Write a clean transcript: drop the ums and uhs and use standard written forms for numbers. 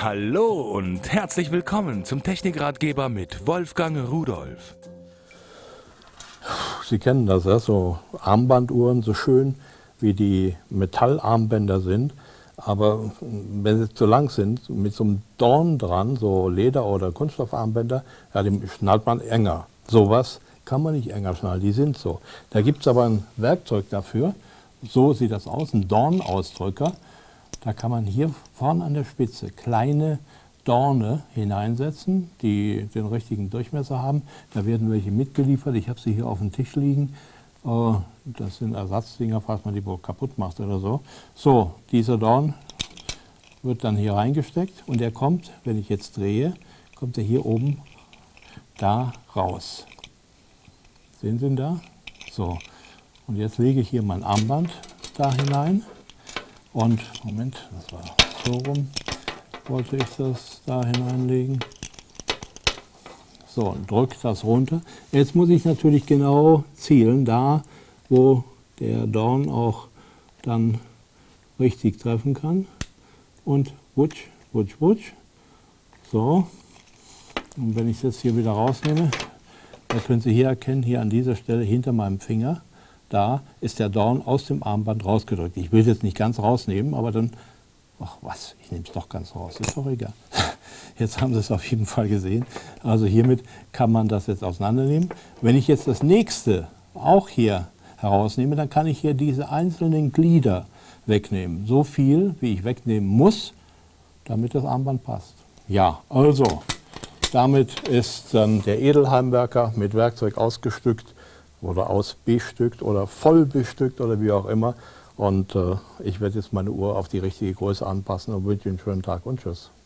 Hallo und herzlich willkommen zum Technikratgeber mit Wolfgang Rudolph. Sie kennen das, ja? So Armbanduhren, so schön wie die Metallarmbänder sind, aber wenn sie zu lang sind, mit so einem Dorn dran, so Leder- oder Kunststoffarmbänder, ja, die schnallt man enger. Sowas kann man nicht enger schnallen, die sind so. Da gibt es aber ein Werkzeug dafür, so sieht das aus, ein Dornausdrücker. Da kann man hier vorne an der Spitze kleine Dorne hineinsetzen, die den richtigen Durchmesser haben. Da werden welche mitgeliefert. Ich habe sie hier auf dem Tisch liegen. Das sind Ersatzdinger, falls man die wohl kaputt macht oder so. So, dieser Dorn wird dann hier reingesteckt und der kommt, wenn ich jetzt drehe, kommt er hier oben da raus. Sehen Sie ihn da? So, und jetzt lege ich hier mein Armband da hinein. Und, Moment, das war so rum, wollte ich das da hineinlegen. So, und drücke das runter. Jetzt muss ich natürlich genau zielen, da wo der Dorn auch dann richtig treffen kann. Und wutsch, wutsch, wutsch. So, und wenn ich es jetzt hier wieder rausnehme, das können Sie hier erkennen, hier an dieser Stelle hinter meinem Finger, da ist der Dorn aus dem Armband rausgedrückt. Ich will es jetzt nicht ganz rausnehmen, aber dann, ach was, ich nehme es doch ganz raus, ist doch egal. Jetzt haben Sie es auf jeden Fall gesehen. Also hiermit kann man das jetzt auseinandernehmen. Wenn ich jetzt das nächste auch hier herausnehme, dann kann ich hier diese einzelnen Glieder wegnehmen. So viel, wie ich wegnehmen muss, damit das Armband passt. Ja, also, damit ist dann der Edelheimwerker mit Werkzeug ausgestückt oder ausbestückt oder voll bestückt oder wie auch immer. Und ich werde jetzt meine Uhr auf die richtige Größe anpassen und wünsche Ihnen einen schönen Tag und tschüss.